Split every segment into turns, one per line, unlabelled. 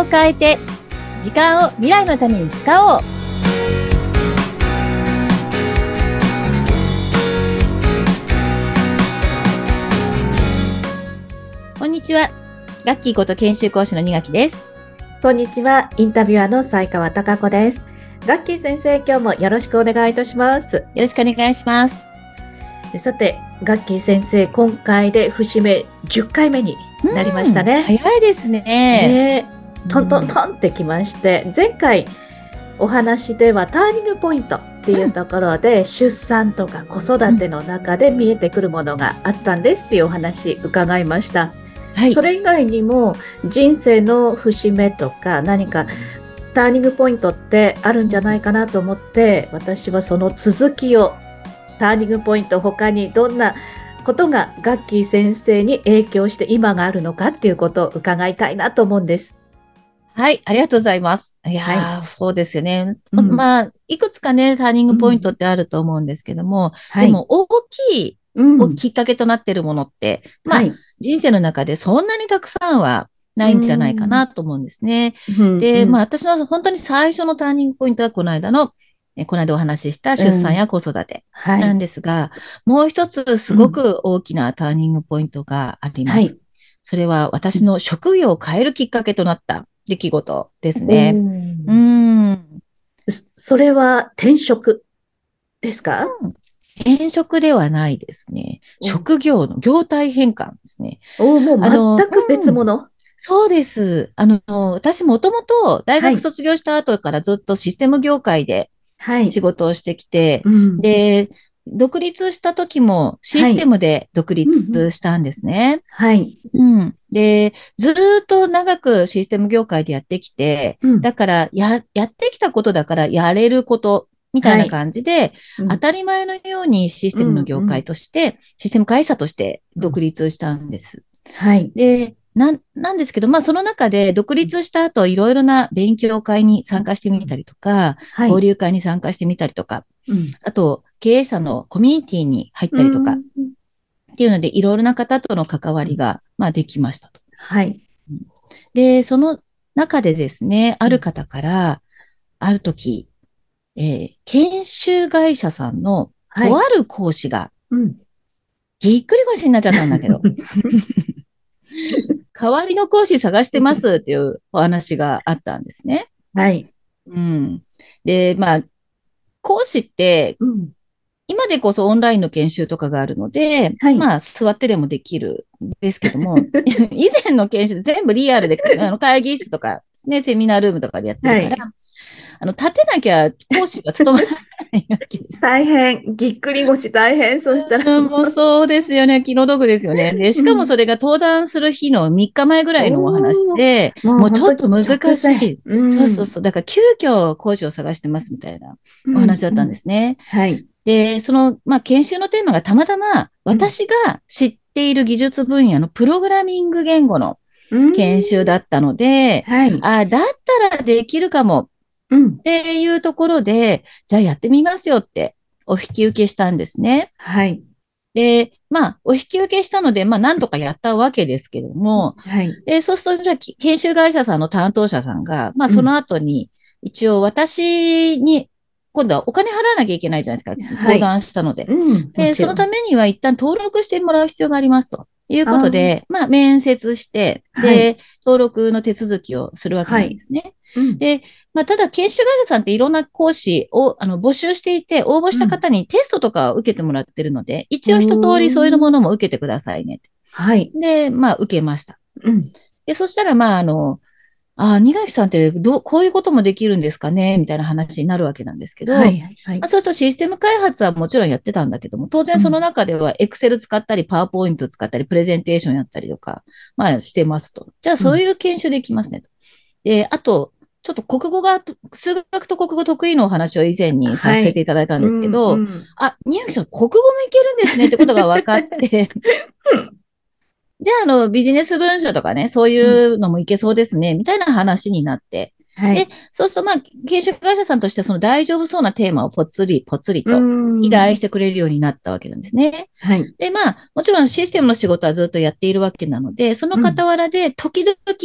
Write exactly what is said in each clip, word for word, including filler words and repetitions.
を変えて、時間を未来のために使おう。こんにちは。ガッキーこと研修講師の二垣です。
こんにちは。インタビュアーの斉川貴子です。ガッキー先生、今日もよろしくお願いいたします。よ
ろしくお願いします。
さて、ガッキー先生、今回で節目じゅっかいめになりましたね。
早いですね。
ね、トントントンってきまして、うん、前回お話ではターニングポイントっていうところで、うん、出産とか子育ての中で見えてくるものがあったんですっていうお話伺いました。はい、それ以外にも人生の節目とか何かターニングポイントってあるんじゃないかなと思って、私はその続きをターニングポイント他にどんなことがガッキー先生に影響して今があるのかっていうことを伺いたいなと思うんです。
はい、ありがとうございます。いやー、はい、そうですよね。うん、まあ、いくつかね、ターニングポイントってあると思うんですけども、うん、でも大きい、うん、きっかけとなっているものって、まあ、はい、人生の中でそんなにたくさんはないんじゃないかなと思うんですね。うん、で、うん、まあ、私の本当に最初のターニングポイントはこの間の、えこの間お話しした出産や子育てなんですが、うんはい、もう一つすごく大きなターニングポイントがあります。はい、それは私の職業を変えるきっかけとなった出来事ですね。うん。
それは転職ですか？
うん、転職ではないですね。職業の業態変換ですね。
おもう全く別物、うん、
そうです。あの、私もともと大学卒業した後からずっとシステム業界で仕事をしてきて、はいうん、で、独立した時もシステムで独立したんですね。
はい。
うん。で、ずーっと長くシステム業界でやってきて、うん、だからや、やってきたことだからやれることみたいな感じで、はいうん、当たり前のようにシステムの業界として、うんうん、システム会社として独立したんです。うん、
はい。
で、な、なんですけど、まあその中で独立した後いろいろな勉強会に参加してみたりとか、はい、交流会に参加してみたりとか、うん、あと経営者のコミュニティに入ったりとか、うんっていうので、いろいろな方との関わりが、まあ、できましたと。
はい。
で、その中でですね、ある方から、ある時、えー、研修会社さんのとある講師が、はいうん、ぎっくり腰になっちゃったんだけど、代わりの講師探してますっていうお話があったんですね。
はい。
うん。で、まあ、講師って、うん今でこそオンラインの研修とかがあるので、はい、まあ座ってでもできるんですけども、以前の研修全部リアルで、あの会議室とか、ね、セミナールームとかでやってるから、はい、あの立てなきゃ講師が務まらないわけです。
大変、ぎっくり腰大変、そうしたら。
もうそうですよね、気の毒ですよね。で、しかもそれが登壇する日のみっかまえぐらいのお話で、もうもうちょっと難しい、うん。そうそうそう。だから急遽講師を探してますみたいなお話だったんですね。
うんうん、はい。
で、その、まあ、研修のテーマがたまたま、私が知っている技術分野のプログラミング言語の研修だったので、はい、あだったらできるかも、っていうところで、じゃあやってみますよってお引き受けしたんですね。
はい。
で、まあ、お引き受けしたので、まあ、なんとかやったわけですけども、はい。で、そうすると、じゃあ、研修会社さんの担当者さんが、まあ、その後に、一応私に、今度はお金払わなきゃいけないじゃないですか。登壇したので。はいうん、で、そのためには一旦登録してもらう必要がありますということで、まあ、面接して、で、はい、登録の手続きをするわけなんですね。はいうん、で、まあ、ただ、研修会社さんっていろんな講師をあの募集していて、応募した方にテストとかを受けてもらってるので、うん、一応一通りそういうものも受けてくださいね。
はい。
で、まあ、受けました。うん、で、そしたら、まあ、あの、あ、二垣さんってどう、こういうこともできるんですかねみたいな話になるわけなんですけど、はいはいまあ、そうするとシステム開発はもちろんやってたんだけども、当然その中では Excel 使ったり、PowerPoint 使ったり、プレゼンテーションやったりとか、まあしてますと。じゃあそういう研修できますねと。うん、で、あと、ちょっと国語が、数学と国語得意のお話を以前にさせていただいたんですけど、はいうんうん、あ、二垣さん、国語もいけるんですねってことが分かって、じゃあ、あの、ビジネス文書とかね、そういうのもいけそうですね、みたいな話になって。はい、で、そうすると、まあ、研修会社さんとしては、その大丈夫そうなテーマをぽつり、ぽつりと依頼してくれるようになったわけなんですね。はい、で、まあ、もちろんシステムの仕事はずっとやっているわけなので、その傍らで、時々、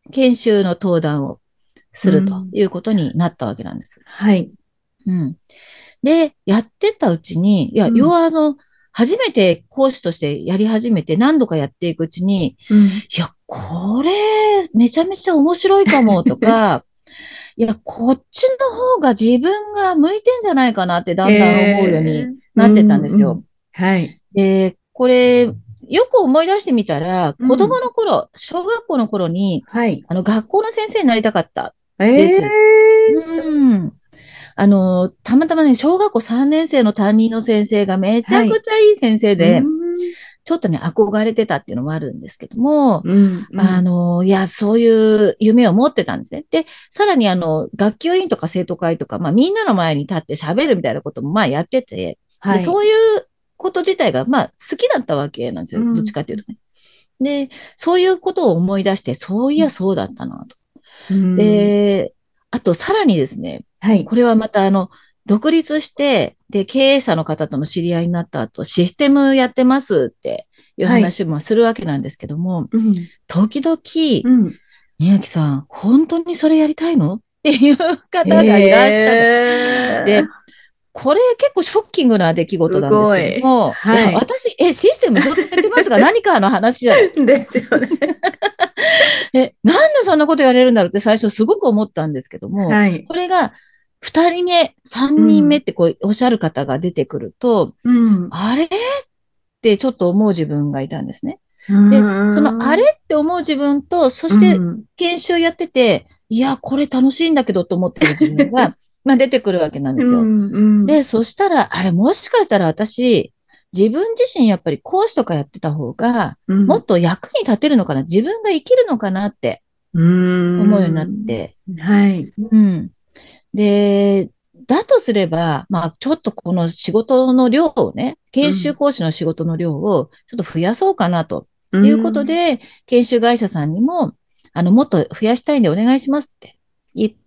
研修の登壇をするということになったわけなんです。
はい。
うん。で、やってたうちに、いや、要はあの、初めて講師としてやり始めて何度かやっていくうちに、うん、いや、これ、めちゃめちゃ面白いかもとか、いや、こっちの方が自分が向いてんじゃないかなってだんだん思うようになってたんですよ。
えーうんうん、はい。
で、これ、よく思い出してみたら、子供の頃、小学校の頃に、はい、あの、学校の先生になりたかったです。えー、うん。あの、たまたまね、小学校さんねん生の担任の先生がめちゃくちゃいい先生で、はい、ちょっとね、憧れてたっていうのもあるんですけども、うんうん、あの、いや、そういう夢を持ってたんですね。で、さらにあの、学級委員とか生徒会とか、まあ、みんなの前に立って喋るみたいなことも、まあ、やってて、はい、で、そういうこと自体が、まあ、好きだったわけなんですよ。うん、どっちかっていうとね。で、そういうことを思い出して、そういや、そうだったなと。うん、で、あと、さらにですね、はい、これはまた、あの、独立して、で、経営者の方との知り合いになった後、システムやってますっていう話もするわけなんですけども、はい、うん、時々、うん、宮城さん、本当にそれやりたいのっていう方がいらっしゃる。で、これ結構ショッキングな出来事なんですけども、い、はい、いや、私、え、システムずっとやってますが何かの話じゃない。
ですよね。
え、なんでそんなことやれるんだろうって最初すごく思ったんですけども、はい、これが二人目、三人目ってこうおっしゃる方が出てくると、うん、あれってちょっと思う自分がいたんですね。で、そのあれって思う自分と、そして研修やってて、うん、いや、これ楽しいんだけどと思ってる自分が、まあ出てくるわけなんですよ。うんうん、で、そしたら、あれもしかしたら私、自分自身やっぱり講師とかやってた方が、もっと役に立てるのかな、自分が生きるのかなって思うようになって。
はい。
うん。で、だとすれば、まあ、ちょっとこの仕事の量をね、研修講師の仕事の量をちょっと増やそうかなということで、研修会社さんにも、あの、もっと増やしたいんでお願いしますって言って、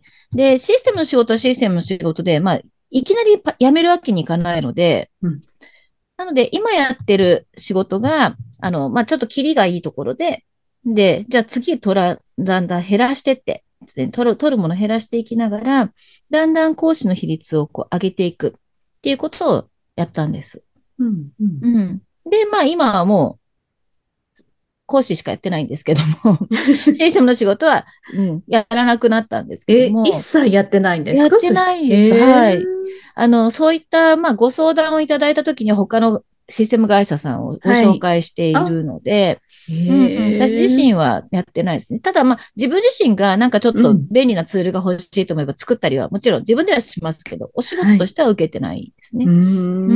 で、システムの仕事はシステムの仕事で、まあ、いきなり辞めるわけにいかないので、うん、なので、今やってる仕事が、あの、まあ、ちょっとキリがいいところで、で、じゃあ次取ら、だんだん減らしてってですね、取る、取るもの減らしていきながら、だんだん講師の比率をこう上げていくっていうことをやったんです。うんうんうん、で、まあ今はもう、講師しかやってないんですけども、システムの仕事は、うん、やらなくなったんですけども。
え、一切やってないんですか？
やってないです。えー、はい。あの、そういった、まあ、ご相談をいただいたときに他のシステム会社さんをご紹介しているので、はい、うんうん、私自身はやってないですね。ただ、まあ、自分自身がなんかちょっと便利なツールが欲しいと思えば作ったりは、もちろん自分ではしますけど、お仕事としては受けてないですね。はい、うん。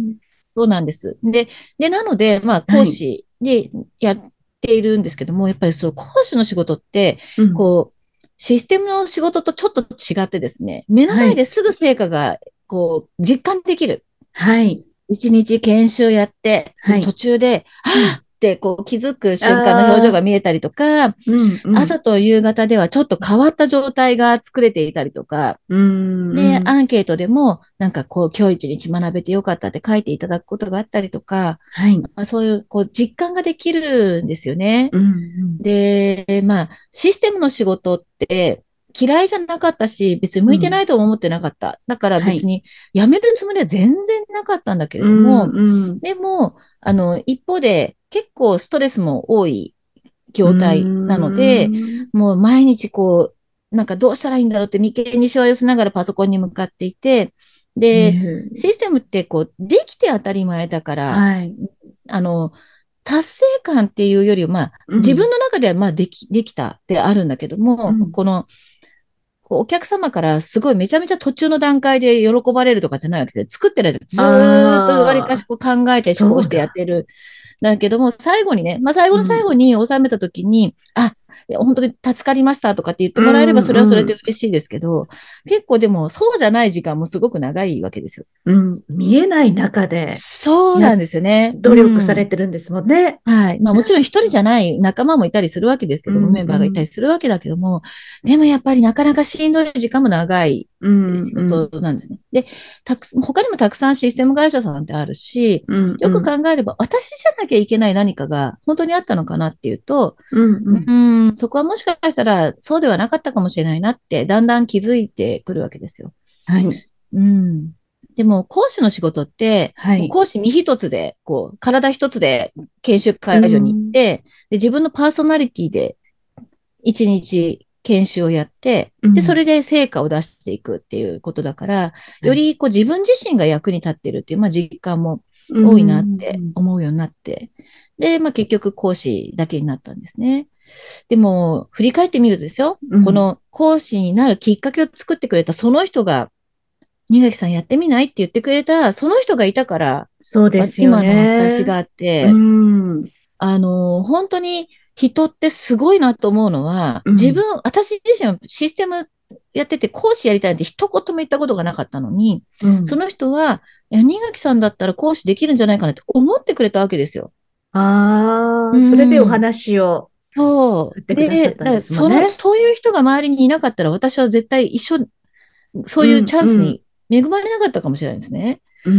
そうなんです。で、で、なので、まあ、講師でやっているんですけども、はい、やっぱりその講師の仕事って、こう、うん、システムの仕事とちょっと違ってですね、目の前ですぐ成果が、こう、実感できる。はい。一日研修やって、その途中で、はい、はぁってこう気づく瞬間の表情が見えたりとか、うんうん、朝と夕方ではちょっと変わった状態が作れていたりとか、うんうん、で、アンケートでも、なんかこう、今日一日学べてよかったって書いていただくことがあったりとか、はい、まあ、そういう、こう、実感ができるんですよね。うんうん、で、まあ、システムの仕事って、嫌いじゃなかったし、別に向いてないとも思ってなかった。うん、だから別に辞めるつもりは全然なかったんだけれども、うんうん、でも、あの、一方で結構ストレスも多い業態なので、もう毎日こう、なんかどうしたらいいんだろうって眉間にしわ寄せながらパソコンに向かっていて、で、システムってこう、できて当たり前だから、はい、あの、達成感っていうよりは、まあ、自分の中ではまあでき、できたってあるんだけども、うん、この、お客様からすごいめちゃめちゃ途中の段階で喜ばれるとかじゃないわけですよ。作ってる間ずーっと割かしこう考えて思考してやってる。だけども、最後にね、まあ最後の最後に収めたときに、うん、あ、本当に助かりましたとかって言ってもらえればそれはそれで嬉しいですけど、うんうん、結構でもそうじゃない時間もすごく長いわけですよ。
うん、見えない中で。
そうなんですよね。
努力されてるんですもんね。
うん、はい。まあもちろん一人じゃない仲間もいたりするわけですけども、うんうん、メンバーがいたりするわけだけども、でもやっぱりなかなかしんどい時間も長い仕事なんですね。うんうん、で、たく他にもたくさんシステム会社さんってあるし、うんうん、よく考えれば私じゃなきゃいけない何かが本当にあったのかなっていうと、うんうん、 ん、そこはもしかしたらそうではなかったかもしれないなって、だんだん気づいてくるわけですよ。
はい。
うん。でも、講師の仕事って、
はい。
もう講師身一つで、こう、体一つで研修
う
会場に行っ
ん。
て、で、自分のパーソナリティで一日研修をやって、で、そ
うん。
れで成果を出していくっていうことだから、
はい。
よりこう自分自身が役に立ってるっていう、まあ実感も
う
多いなって
ん。
思うようになって、で、まあ結局講師だけになったんですね。でも、振り返ってみるとですよ、
うん。
この講師になるきっかけを作ってくれたその人が、新垣さんやってみないって言ってくれた、その人がいたから、
そうですよ
今の私
ね。
があっ
う
て、
ん。
あの、本当に人ってすごいなと思うのは、
うん。
自分、私自身はシステムやってて講師やりたいって一言も言ったことがなかったのに、
うん。
その人は、いや、新垣さんだったら講師できるんじゃないかなって思ってくれたわけですよ。う
ああ、それでお
ん。
話を
そ
振って
う。で、
くださったんで
だからその、
すもんね。
そういう人が周りにいなかったら私は絶対一緒、そういう
うん。うん。
チャンスに恵まれなかったかもしれないですね。
うん。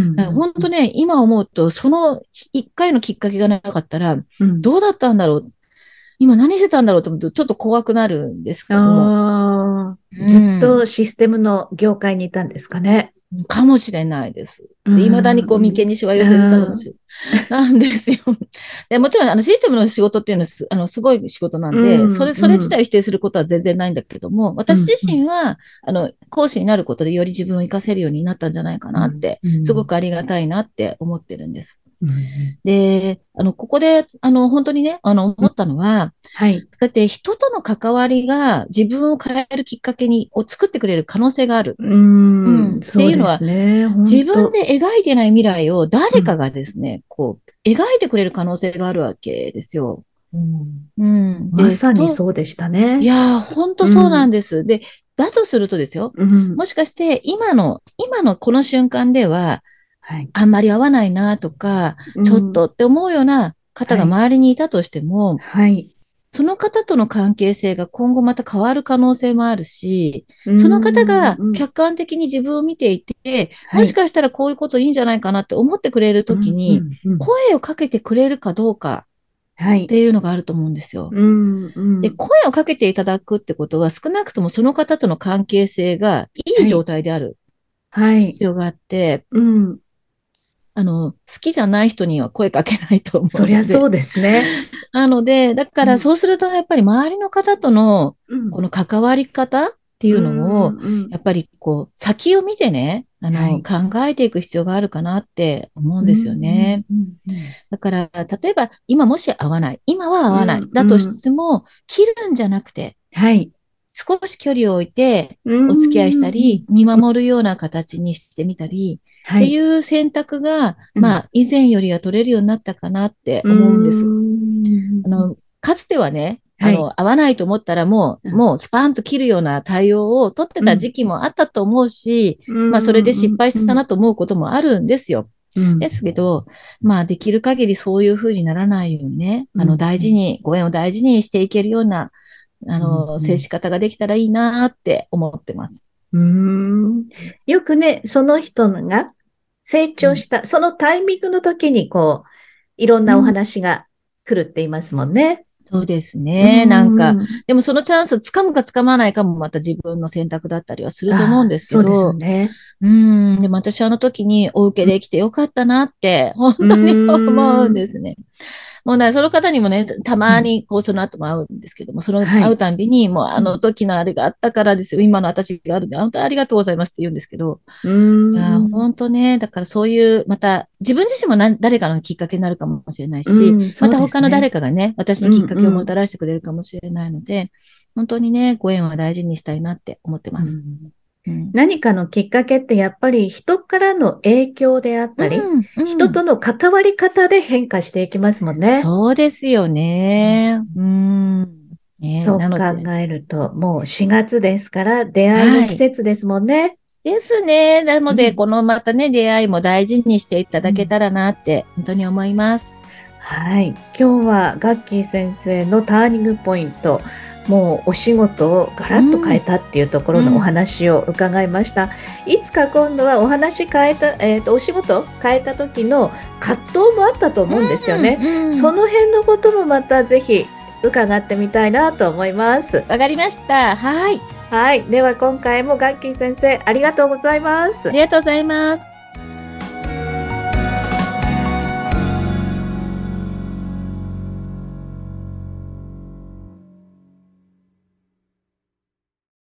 うん。
本当ね、今思うと、その一回のきっかけがなかったら、
うん。
どうだったんだろう。今何してたんだろうと思うと、ちょっと怖くなるんですけども。
ああ、
う
ずっと
ん。
システムの業界にいたんですかね。
かもしれないです。
う
で、未だにこう、眉
ん。
間にしわ寄せてたかも
うん。
しれない。なんですよ。でもちろん、あの、システムの仕事っていうのはす、あの、すごい仕事な
う
んで、それ、それ自
ん。
体を否定することは全然ないんだけども、私自
うん。うん。
身は、あの、講師になることでより自分を活かせるようになったんじゃないか
うん。
なって、
うん。
すごくありがたいなって思ってるんです。
うん。
で、あの、ここで、あの、本当にね、あの、
うん。
思ったのは、
はい。
だって人との関わりが自分を変えるきっかけに、を作ってくれる可能性がある。
うん。
うん。って
そうで
いうのは、
すね。本
自分
当。
で描いてない未来を
うん。
誰かがですね、こう、描いてくれる可能性があるわけですよ。
うん。
うん。で、
まさに
と、
そうでしたね。
いやー、本当そうな
うん。
んです。で、だとするとですよ。
うん。
もしかして、今の、今のこの瞬間では、
はい。
あんまり合わないなとか、ちょっ
うん。
とって思うような方が
はい。
周りにいたとしても、
はい。
その方との関係性が今後また変わる可能性もあるし、
う
その方
ん。
が
うん。
客観的に自分を見ていて、もし
はい。
かしたらこういうこといいんじゃないかなって思ってくれる
うん。う
ときに、
ん。うん。
声をかけてくれるかどうか
はい。
っていうのがあると思うんですよ。
うん。う
で、
ん。
声をかけていただくってことは、少なくともその方との関係性がいい状
はい。
態である
はい。
必要があって、
うん。
あの、好きじゃない人には声かけないと思
そ
うので、
りゃそうですね。
なので、だか
うん。
らそうすると、やっぱり周りの方との
うん。
この関わり方ってい
う
うのを、
ん。うん。
やっぱりこう、先を見てね、あの、
はい。
考えていく必要があるかなって思う
うん。
んですよ
うん。
ね。
うん。うん。
だから、例えば、今もし合わない、今は合わない、
うん。
だと
うん。
しても、切るんじゃなくて、
はい。
少し距離を置いて、
う
お付き合いした
ん。うん。
り、見守るような形にしてみたり、ってい
はい。
う選択が、
うん。
まあ、以前よりは取れるようになったかなって
う
思うんです。
ん。
あの、かつてはね、あ
はい。
の、合わないと思ったらもう、
うん。
もうスパーンと切るような対応を取って
うん。
た時期もあったと思うし、
う
まあ、それで失
ん。
敗した
うん。
なと思うこともあるんですよ。
うん。
ですけど、まあ、できる限りそういうふうにならないようにね、あの、
うん。
大事に、ご縁を大事にしていけるような、あ
うん。
の、
うん。
接し方ができたらいいなって思ってます。
うん。よくね、その人が成
うん。
長した、そのタイミングの時に、こう、いろんなお
うん。
話が来るって言いますもんね。
そうです
う
ね。なんか、
ん。
でもそのチャンスつかむかつかまないかもまた自分の選択だったりはすると思うん
ああ、
ですけ
そうですよ
ど、
ね。
うん、でも私はあの時にお受けできてよかったなって、本
う
当に思うん
ん。
ですね。もうね、その方にもね、た
うん。
まにこうその後も会うんですけども、その
はい。
会うたんびに、もうあ
うん。
の時のあれがあったからですよ、今の私があるんで、本当にありがとうございますって言うんですけど、
う
いや、
ん。
本当ね、だからそういう、また自分自身もな誰かのきっかけになるかもしれないし、
うん。そう
また他の
ですね。
誰かがね、私に
うん。
きっかけを
うん。
もたらしてくれるかもしれないので、本当にね、ご縁は大事にしたいなって思ってます。
うん。
うん。
何かのきっかけってやっぱり人からの影響であっ
う
たり、
ん、うん。
人との関わり方で変化していきますもんね。
そうですよね。
うん。
うん。ね、
そう
なので、
考えると、もうしがつですから出会いの季
はい。
節ですもんね。
ですね。なので、
うん。
このまたね、出会いも大事にしていた
うん。
だけたらなって、本当に思います。
はい。今日はガッキー先生のターニングポイント、もうお仕事をガラッと
うん、
変えたっていうところのお
うん。
話を伺いました。いつか今度はお話変えた、えっと、お仕事変えた時の葛藤もあったと思うんですよね。
うん、うん。
その辺のこともまたぜひ伺ってみたいなと思います。
わかりました。はい。
はい。では今回もガッキー先生、ありがとうございます。
ありがとうございます。